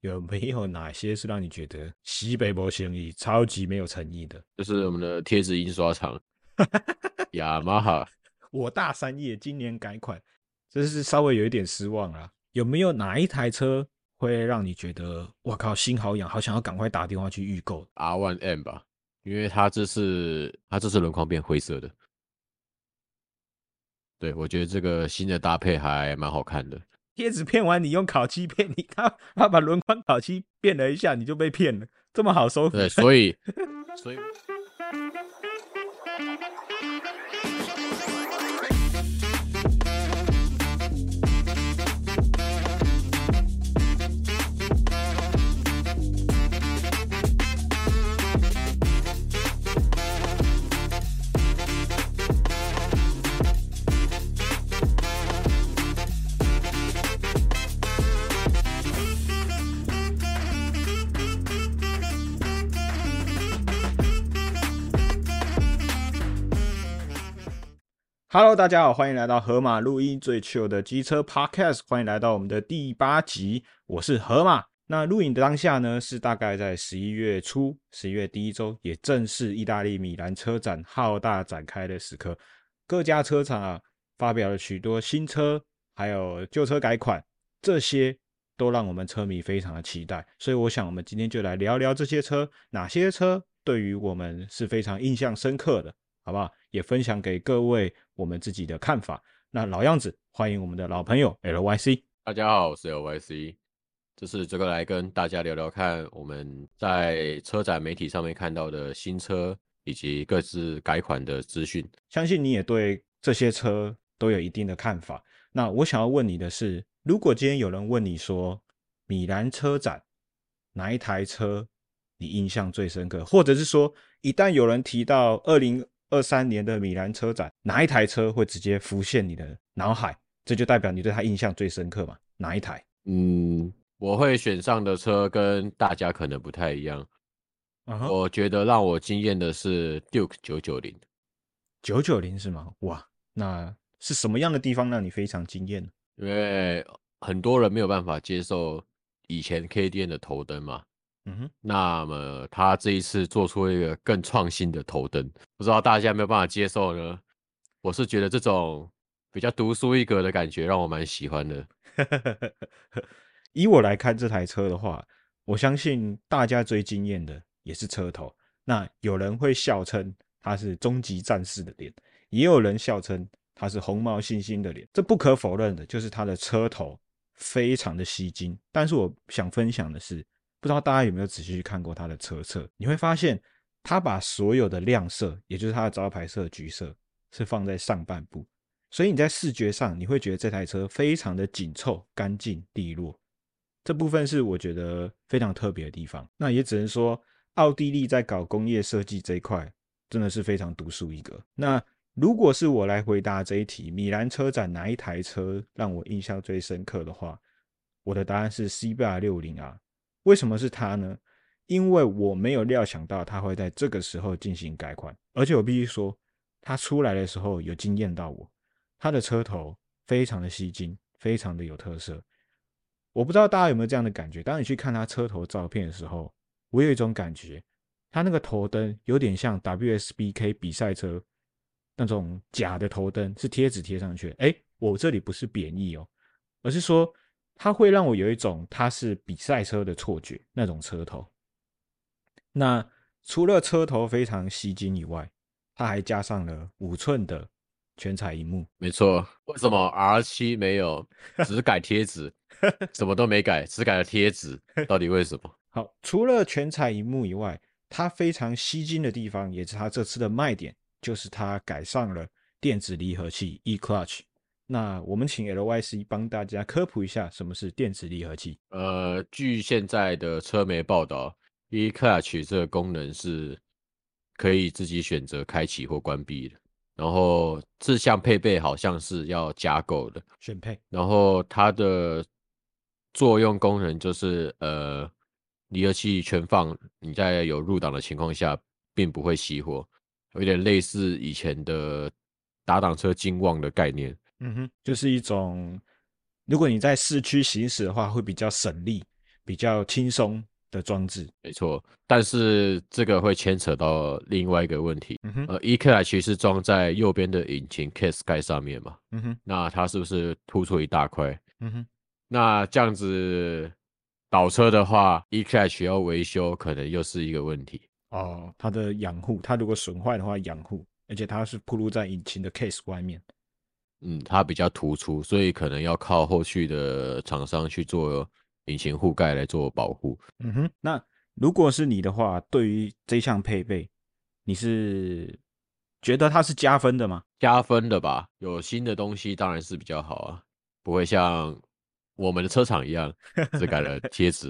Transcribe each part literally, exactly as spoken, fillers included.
有没有哪些是让你觉得西北没生意、超级没有诚意的？ 就是我们的贴纸印刷厂雅马哈。 我大三叶今年改款，这是稍微有一点失望啦。有没有哪一台车会让你觉得哇靠心好痒，好想要赶快打电话去预购 R 一 M 吧，因为它这是它这次轮框变灰色的。对，我觉得这个新的搭配还蛮好看的。 贴纸骗完你用烤漆骗你，他他把轮框烤漆变了一下，你就被骗了，这么好收对， 粉？ 所以所以。 Hello，大家好，欢迎来到河马录音最 chill 的机车 Podcast， 欢迎来到我们的第八集，我是河马。那录影的当下呢，是大概在十一月初，十一月第一周，也正是意大利米兰车展浩大展开的时刻。各家车厂啊，发表了许多新车，还有旧车改款，这些都让我们车迷非常的期待。所以我想，我们今天就来聊聊这些车，哪些车对于我们是非常印象深刻的。好不好？也分享给各位我们自己的看法。那老样子，欢迎我们的老朋友 L Y C。 大家好，我是 L Y C， 这是这个来跟大家聊聊看我们在车展媒体上面看到的新车以及各自改款的资讯。 相信你也对这些车都有一定的看法。那我想要问你的是，如果今天有人问你说，米兰车展哪一台车你印象最深刻，或者是说，一旦有人提到二零二三年的米兰车展，哪一台车会直接浮现你的脑海？这就代表你对他印象最深刻嘛？哪一台？ 嗯，我会选上的车跟大家可能不太一样。 Uh huh、 我觉得让我惊艳的是 Duke 九九零。 九九零是吗？哇，那是什么样的地方让你非常惊艳呢？ 因为很多人没有办法接受以前 K D M 的头灯嘛。 嗯哼， 那么他这一次做出一个更创新的头灯，不知道大家有没有办法接受呢？我是觉得这种比较独树一格的感觉让我蛮喜欢的。 以我来看这台车的话，我相信大家最惊艳的也是车头。那有人会笑称它是终极战士的脸，也有人笑称它是红毛猩猩的脸。这不可否认的就是它的车头非常的吸睛。但是我想分享的是，不知道大家有没有仔细去看过它的车侧，你会发现它把所有的亮色，也就是它的招牌色橘色，是放在上半部。所以你在视觉上，你会觉得这台车非常的紧凑、干净、利落。这部分是我觉得非常特别的地方。那也只能说，奥地利在搞工业设计这一块真的是非常独树一格。那如果是我来回答这一题，米兰车展哪一台车让我印象最深刻的话，我的答案是 C B R 六十 R。为什么是它呢？因为我没有料想到它会在这个时候进行改款，而且我必须说，它出来的时候有惊艳到我。它的车头非常的吸睛，非常的有特色。我不知道大家有没有这样的感觉，当你去看它车头照片的时候，我有一种感觉，它那个头灯有点像 W S B K 比赛车那种假的头灯，是贴纸贴上去的。诶，我这里不是贬义哦，而是说它会让我有一种它是比赛车的错觉，那种车头。那除了车头非常吸睛以外，它还加上了五寸的全彩萤幕。 没错，为什么 R 七 没有只改贴纸，什么都没改，只改了贴纸？到底为什么？ 好，除了全彩萤幕以外，它非常吸睛的地方，也是它这次的卖点，就是它改上了电子离合器 E-Clutch。那我们请 L Y C 帮大家科普一下什么是电子离合器。 呃，据现在的车媒报道，E-Clutch 这个功能是可以自己选择开启或关闭的。然后这项配备好像是要加购的， 选配。 然后它的作用功能就是呃，离合器全放，你在有入档的情况下，并不会熄火，有点类似以前的打挡车金旺的概念。 嗯哼，就是一种，如果你在市区行驶的话，会比较省力。 比较轻松的装置。 没错，但是这个会牵扯到另外一个问题。 嗯哼， 呃，E K 其实是装在右边的引擎 case 盖上面嘛， 嗯哼， 那它是不是突出一大块？ 嗯哼， 那这样子倒车的话，E K 要维修，可能又是一个问题。 哦，它的养护，它如果损坏的话，养护，而且它是铺露在引擎的 case 外面。 嗯，它比较突出，所以可能要靠后续的厂商去做引擎护盖来做保护。 嗯哼，那如果是你的话，对于这项配备，你是觉得它是加分的吗？ 加分的吧，有新的东西当然是比较好啊，不会像我们的车厂一样只改了贴纸。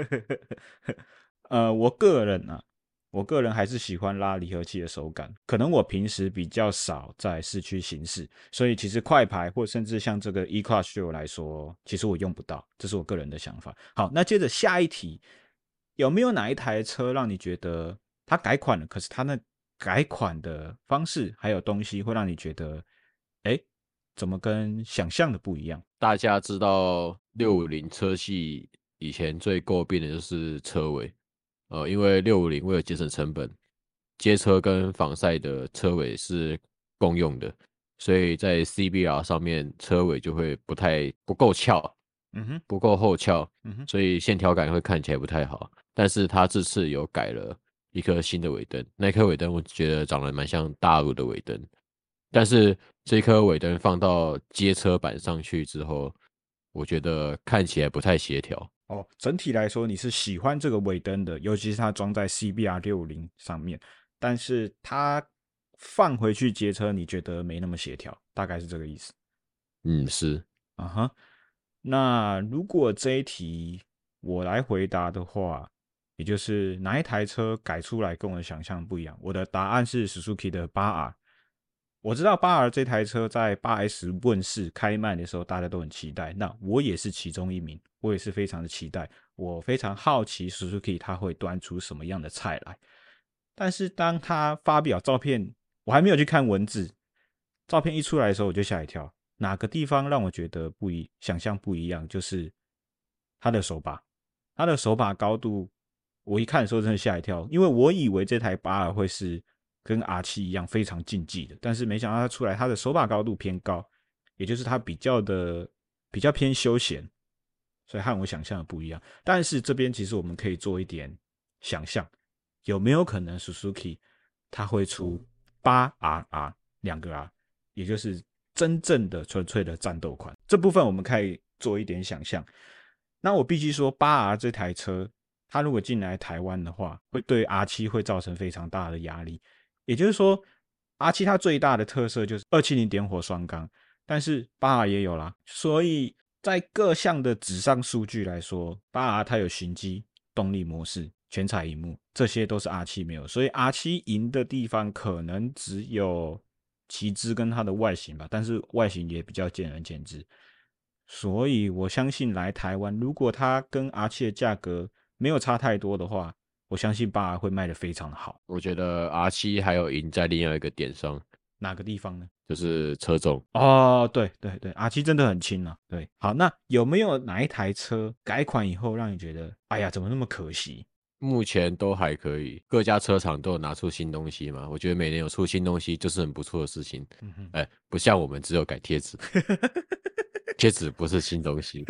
呃，我个人啊，我个人还是喜欢拉离合器的手感。可能我平时比较少在市区行驶，所以其实快排或甚至像这个 E-Clutch 对我来说，其实我用不到，这是我个人的想法。好，那接着下一题，有没有哪一台车让你觉得它改款了，可是它那改款的方式还有东西会让你觉得，哎，怎么跟想象的不一样？ 大家知道六五零车系以前最诟病的就是车尾，呃，因为六五零为了节省成本，街车跟防晒的车尾是共用的，所以在 C B R 上面车尾就会不太不够翘， 嗯哼， 不够后翘， 嗯哼， 所以线条感会看起来不太好。但是它这次有改了一颗新的尾灯，那颗尾灯我觉得长得蛮像大陆的尾灯，但是这颗尾灯放到街车板上去之后，我觉得看起来不太协调。 哦，整体来说你是喜欢这个尾灯的，尤其是它装在 C B R 六五零上面，但是它放回去街车，你觉得没那么协调，大概是这个意思。 嗯，是。 啊哈，那如果这一题我来回答的话，也就是哪一台车改出来跟我的想象不一样，我的答案是 Suzuki 的八 R。我知道八 R 这台车在八 S 问世开卖的时候，大家都很期待，那我也是其中一名，我也是非常的期待，我非常好奇 Suzuki 它会端出什么样的菜来。但是当他发表照片，我还没有去看文字，照片一出来的时候我就吓一跳。哪个地方让我觉得不一想象不一样，就是他的手把，他的手把高度，我一看的时候真的吓一跳，因为我以为这台八 R 会是跟 R 七 一样非常竞技的，但是没想到它出来，它的手把高度偏高，也就是它比较的比较偏休闲，所以和我想象的不一样。但是这边其实我们可以做一点想象，有没有可能 Suzuki 它会出八 R R 两个 R， 也就是真正的纯粹的战斗款？这部分我们可以做一点想象。那我必须说，八 R 这台车，它如果进来台湾的话，会对 R 七 会造成非常大的压力。也就是说 ，R 七 它最大的特色就是二七零点火双缸，但是八 R 也有啦，所以在各项的纸上数据来说，八 R 它有行机、动力模式、全彩荧幕，这些都是 R 七 没有，所以 R 七 赢的地方可能只有旗帜跟它的外形吧，但是外形也比较见仁见智。所以我相信来台湾，如果它跟 R 七 的价格没有差太多的话，我相信八 R 会卖得非常的好。 我觉得 R 七 还有赢在另外一个点上， 哪个地方呢？ 就是车重。 哦，对对对，R 七 真的很轻啊。对，好，那有没有哪一台车改款以后让你觉得，哎呀，怎么那么可惜？ 目前都还可以，各家车厂都有拿出新东西嘛。我觉得每年有出新东西就是很不错的事情。 嗯哼， 哎，不像我们只有改贴纸，贴纸不是新东西。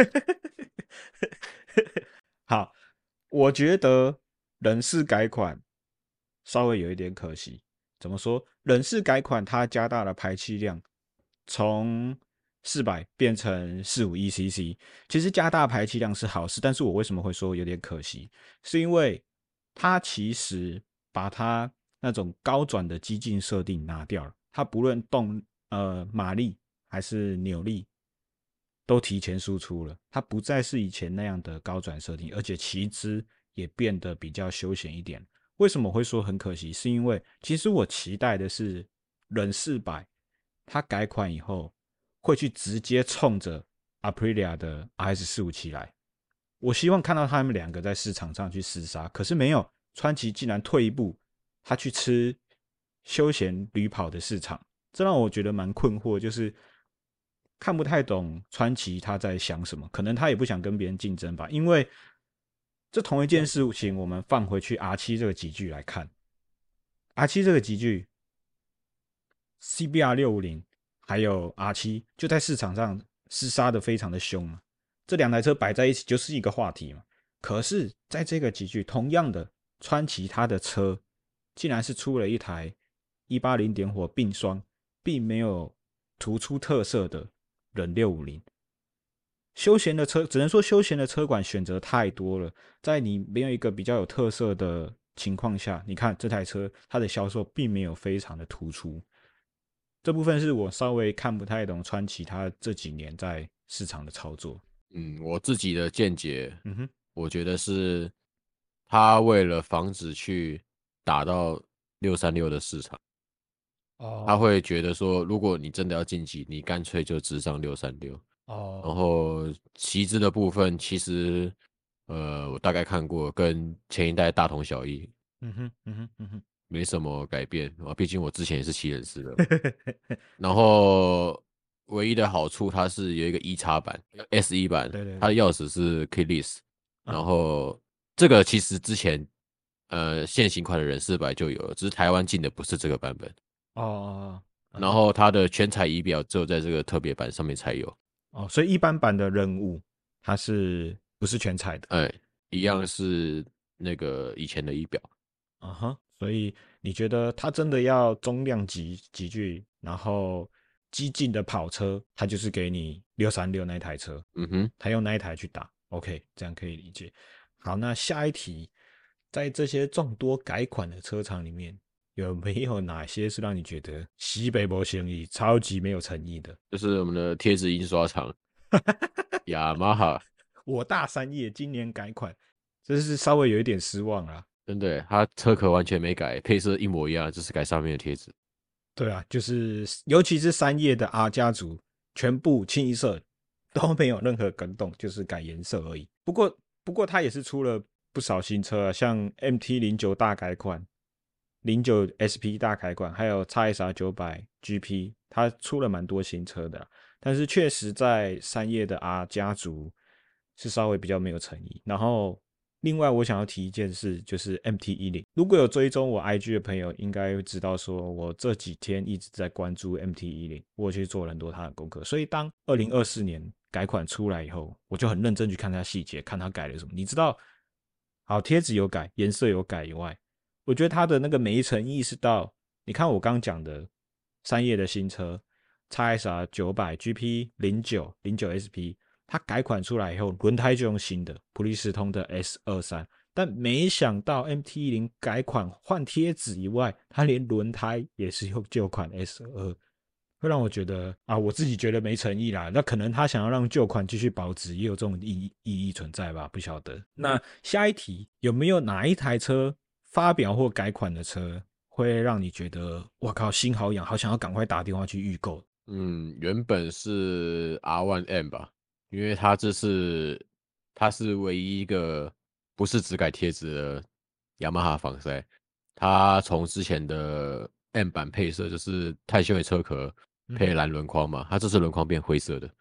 好，我觉得人事改款稍微有一点可惜。怎么说？人事改款它加大了排气量，从四百变成四五一 C C。其实加大排气量是好事，但是我为什么会说有点可惜？是因为它其实把它那种高转的激进设定拿掉了，它不论动呃马力还是扭力都提前输出了，它不再是以前那样的高转设定，而且骑姿也变得比较休闲一点。为什么会说很可惜？是因为其实我期待的是忍四百，它改款以后会去直接冲着 Aprilia 的 R S 四五七来。我希望看到他们两个在市场上去厮杀，可是没有，川崎竟然退一步，他去吃休闲旅跑的市场，这让我觉得蛮困惑，就是看不太懂川崎他在想什么，可能他也不想跟别人竞争吧，因为这同一件事情，我们放回去 R 七 这个级距来看，R 七 这个级距 C B R 六五零还有 R 七 就在市场上厮杀的非常的凶嘛，这两台车摆在一起就是一个话题嘛。可是在这个级距，同样的川崎它的车竟然是出了一台一八零点火并双，并没有突出特色的忍六五零。休闲的车只能说休闲的车款选择太多了，在你没有一个比较有特色的情况下，你看这台车它的销售并没有非常的突出。这部分是我稍微看不太懂川崎它这几年在市场的操作。 嗯，我自己的见解， 嗯哼， 我觉得是他为了防止去打到六三六的市场，他哦会觉得说，如果你真的要晋级，你干脆就直上六三六。然哦， 后旗帜的部分，其实呃，我大概看过，跟前一代大同小异， 嗯哼，嗯哼，嗯哼， 没什么改变啊。毕竟我之前也是骑人式的。然后唯一的好处，它是有一个一叉版 S 一版， 对对对， 它的钥匙是 keyless。然啊， 后这个其实之前呃现行款的人四百就有了，只是台湾进的不是这个版本。 哦哦，嗯哼， 然后它的全彩仪表只有在这个特别版上面才有。 哦，所以一般版的任务它是不是全彩的？ 哎，一样是那个以前的仪表。 啊哈，所以你觉得它真的要中量级级距，然后激进的跑车，它就是给你六三六那一台车， 嗯哼。 他用那一台去打，OK，这样可以理解。好，那下一题，在这些众多改款的车厂里面，有没有哪些是让你觉得西北波生意超级没有诚意的？ 就是我们的贴纸印刷厂雅马哈。 我大三叶今年改款，这是稍微有一点失望啦。 真的耶，它车壳完全没改，配色一模一样，只是改上面的贴纸。 对啊，就是尤其是三叶的 R 家族，全部清一色都没有任何更动，就是改颜色而已。不过，不过它也是出了不少新车啊，像 M T 零九大改款、零九 S P 大改款，还有 X S R 九百 G P，它出了蛮多新车的啦。但是确实在三叶的 R 家族是稍微比较没有诚意。然后另外我想要提一件事，就是 M T 一零。如果有追踪我 I G 的朋友，应该会知道说我这几天一直在关注 M T 一零，我去做了很多它的功课。所以当二零二四年改款出来以后，我就很认真去看它细节，看它改了什么。你知道，好，贴纸有改，颜色有改以外，我觉得它的那个没诚意是到，你看我刚讲的三叶的新车 X S R 九百 G P 零九 零九 S P，它改款出来以后，轮胎就用新的普利司通的 S 二三，但没想到 M T 一零改款换贴纸以外，它连轮胎也是用旧款 S 二，会让我觉得啊，我自己觉得没诚意啦。那可能他想要让旧款继续保值，也有这种意义意义存在吧？不晓得。那下一题，有没有哪一台车发表或改款的车，会让你觉得我靠心好痒，好想要赶快打电话去预购？ 嗯，原本是 R 一 M 吧，因为它这是它是唯一一个不是只改贴纸的雅马哈仿赛。它从之前的 M 版配色就是太秀的车壳嗯哼， 配蓝轮框嘛，它这次轮框变灰色的。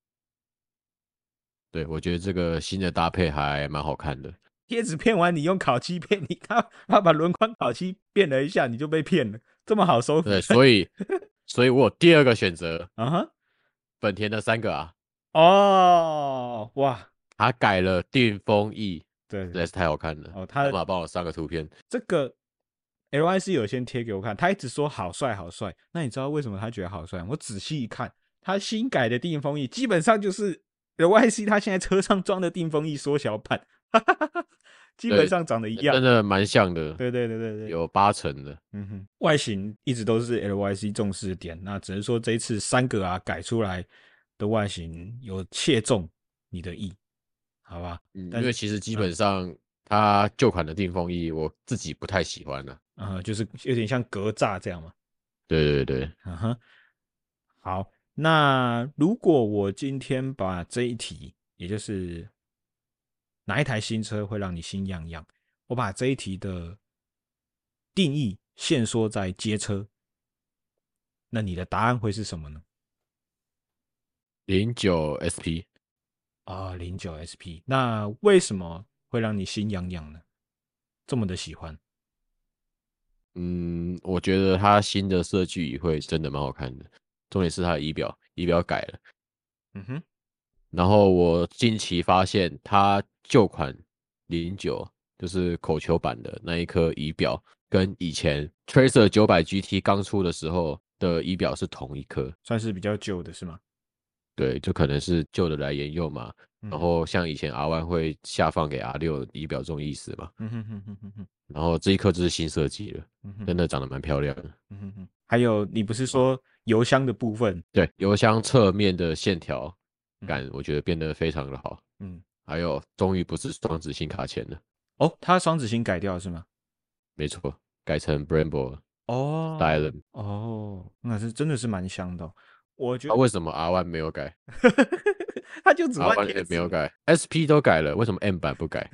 对，我觉得这个新的搭配还蛮好看的。 贴纸骗完你用烤漆骗，你看他把轮框烤漆变了一下，你就被骗了，这么好收对， 粉？ 所以所以我有第二个选择， 啊哈， 本田的三个啊。 哦，哇， 它改了定风翼， 对对， 实在是太好看了。 哦，他要么帮我上个图片。 这个 L Y C 有先贴给我看，他一直说好帅好帅。那你知道为什么他觉得好帅？我仔细一看，他新改的定风翼基本上就是 L Y C 他现在车上装的定风翼缩小版，基本对， 上长得一样。 真的蛮像的， 对对对对对， 有八成的。 嗯哼，外形一直都是 L Y C 重视的点，那只能说这一次三个啊改出来的外形有切中你的意，好吧？ 嗯，因但是， 为其实基嗯本上它旧款的定风翼我自己不太喜欢了。 呃，就是有点像格栅这样嘛。 对对对。 嗯哼，好，那如果我今天把这一题，也就是哪一台新车会让你心痒痒，我把这一题的定义限缩在街车，那你的答案会是什么呢？ 零九 S P。 啊，零九 S P，那为什么会让你心痒痒的，这么的喜欢？ 嗯，我觉得它新的设计会真的蛮好看的，重点是它的仪表，仪表改了。 嗯哼， 然后我近期发现它旧款零九就是口球版的那一颗仪表，跟以前 Tracer 九百 G T 刚出的时候的仪表是同一颗。 算是比较旧的是吗？ 对，就可能是旧的来沿用嘛。然嗯后像以前 R 一 会下放给 R 六仪表这种意思嘛。 嗯哼哼哼哼哼然后这一颗就是新设计了， 嗯哼真的长得蛮漂亮的。 嗯哼哼。还有，你不是说油箱的部分？ 对，油箱侧面的线条嗯感，我觉得变得非常的好。 嗯， 还有，终于不是双子星卡钳了， 哦，它双子星改掉是吗？ 没错，改成 Brembo 哦 Stylum。 哦，那是真的是蛮香的哦、我觉啊， 得为什么 R 一 没有改它就只 ？R 换一 也没贴纸。 有改，S P 都改了，为什么 M 版不改？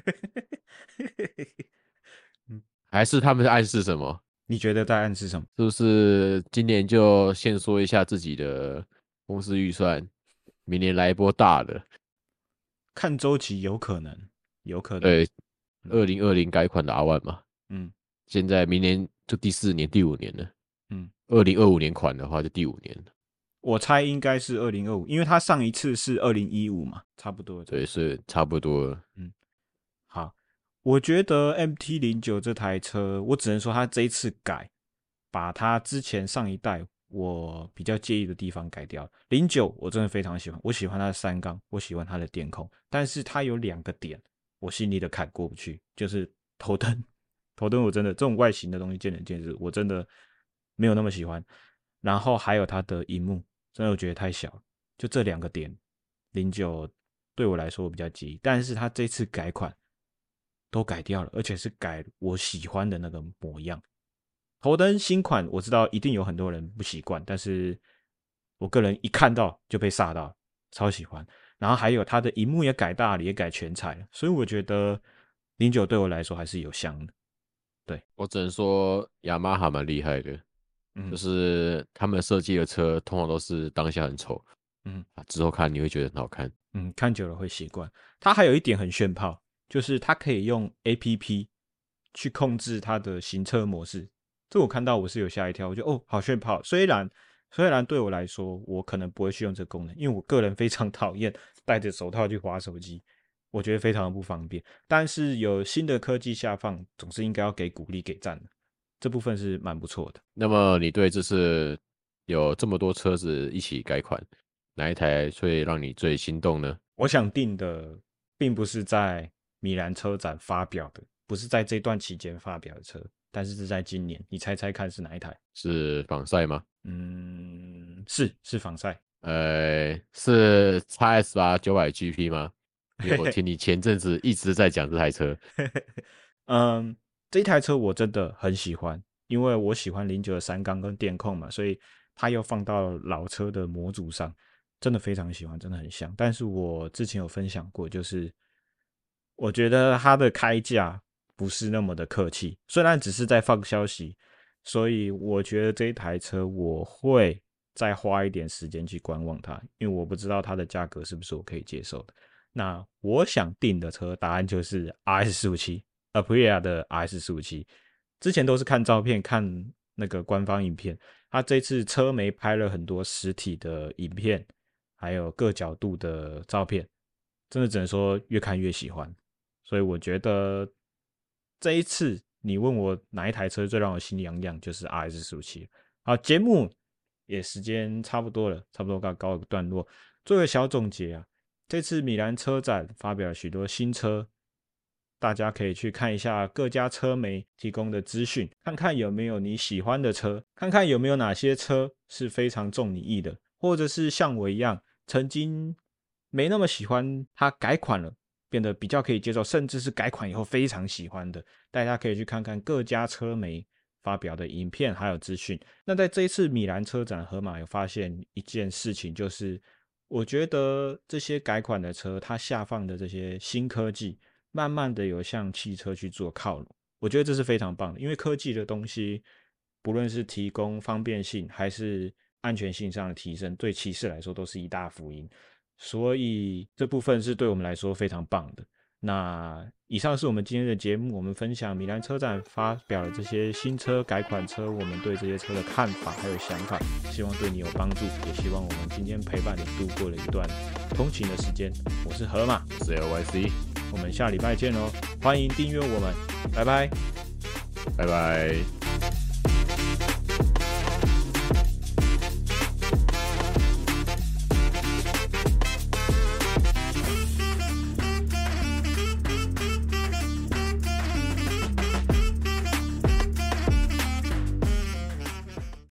嗯， 还是他们在暗示什么？ 你觉得在暗示什么？ 是不是今年就先说一下自己的公司预算，明年来一波大的？ 看周期有可能，有可能。 对， 嗯二零二零改款的 R 一 嘛， 嗯现在明年就第四年、第五年了。 嗯， 二零二五年款的话，就第五年了。 我猜应该是二零二五，因为它上一次是二零一五嘛，差不多，差不对， 多。 所以差不多了。 嗯，好，我觉得 M T 零九这台车，我只能说它这一次改，把它之前上一代我比较介意的地方改掉。零九我真的非常喜欢，我喜欢它的三缸，我喜欢它的电控，但是它有两个点，我心里的坎过不去，就是头灯。头灯我真的这种外形的东西见仁见智，我真的没有那么喜欢。然后还有它的荧幕，真的我觉得太小了，就这两个点，零九对我来说我比较介意。但是它这次改款都改掉了，而且是改我喜欢的那个模样。头灯新款我知道一定有很多人不习惯，但是我个人一看到就被吓到，超喜欢。然后还有它的荧幕也改大了，也改全彩了，所以我觉得零九对我来说还是有香的。对， 我只能说雅马哈蛮厉害的，就嗯是他们设计的车通常都是当下很丑嗯啊，之后看你会觉得很好看。 嗯，看久了会习惯。它还有一点很炫炮，就是它可以用 A P P 去控制它的行车模式。这我看到我是有吓一跳，我觉得哦，好炫炮。虽然虽然对我来说，我可能不会去用这个功能，因为我个人非常讨厌戴着手套去滑手机，我觉得非常的不方便。但是有新的科技下放，总是应该要给鼓励给赞的，这部分是蛮不错的。 那么你对这次有这么多车子一起改款，哪一台会让你最心动呢？ 我想定的并不是在米兰车展发表的，不是在这段期间发表的车，但是是在今年。你猜猜看是哪一台？ 是仿赛吗？ 嗯，是是仿赛。 呃，是 X S 八九百 G P 吗？因为我听你前阵子一直在讲这台车。 嗯，这一台车我真的很喜欢，因为我喜欢零九的三缸跟电控嘛，所以它又放到老车的模组上，真的非常喜欢，真的很像。但是我之前有分享过，就是我觉得它的开价不是那么的客气，虽然只是在放消息，所以我觉得这一台车我会再花一点时间去观望它，因为我不知道它的价格是不是我可以接受的。那我想订的车，答案就是 R S 四五七 Aprilia 的 R S 四五七。之前都是看照片，看那个官方影片，他这次车媒拍了很多实体的影片，还有各角度的照片，真的只能说越看越喜欢。所以我觉得这一次你问我哪一台车最让我心痒痒，就是 R S 四五七。好，节目也时间差不多了，差不多告告一个段落。做个小总结啊，这次米兰车展发表了许多新车，大家可以去看一下各家车媒提供的资讯，看看有没有你喜欢的车，看看有没有哪些车是非常中你意的，或者是像我一样曾经没那么喜欢它改款了，变得比较可以接受，甚至是改款以后非常喜欢的，大家可以去看看各家车媒发表的影片还有资讯。那在这一次米兰车展，河马有发现一件事情，就是我觉得这些改款的车，它下放的这些新科技，慢慢的有向汽车去做靠拢，我觉得这是非常棒的，因为科技的东西，不论是提供方便性还是安全性上的提升，对骑士来说都是一大福音，所以这部分是对我们来说非常棒的。 那以上是我们今天的节目，我们分享米兰车展发表了这些新车、改款车，我们对这些车的看法还有想法，希望对你有帮助，也希望我们今天陪伴你度过了一段通勤的时间。我是河马， 我是 L Y C， 我们下礼拜见喽，欢迎订阅我们，拜拜， 拜拜。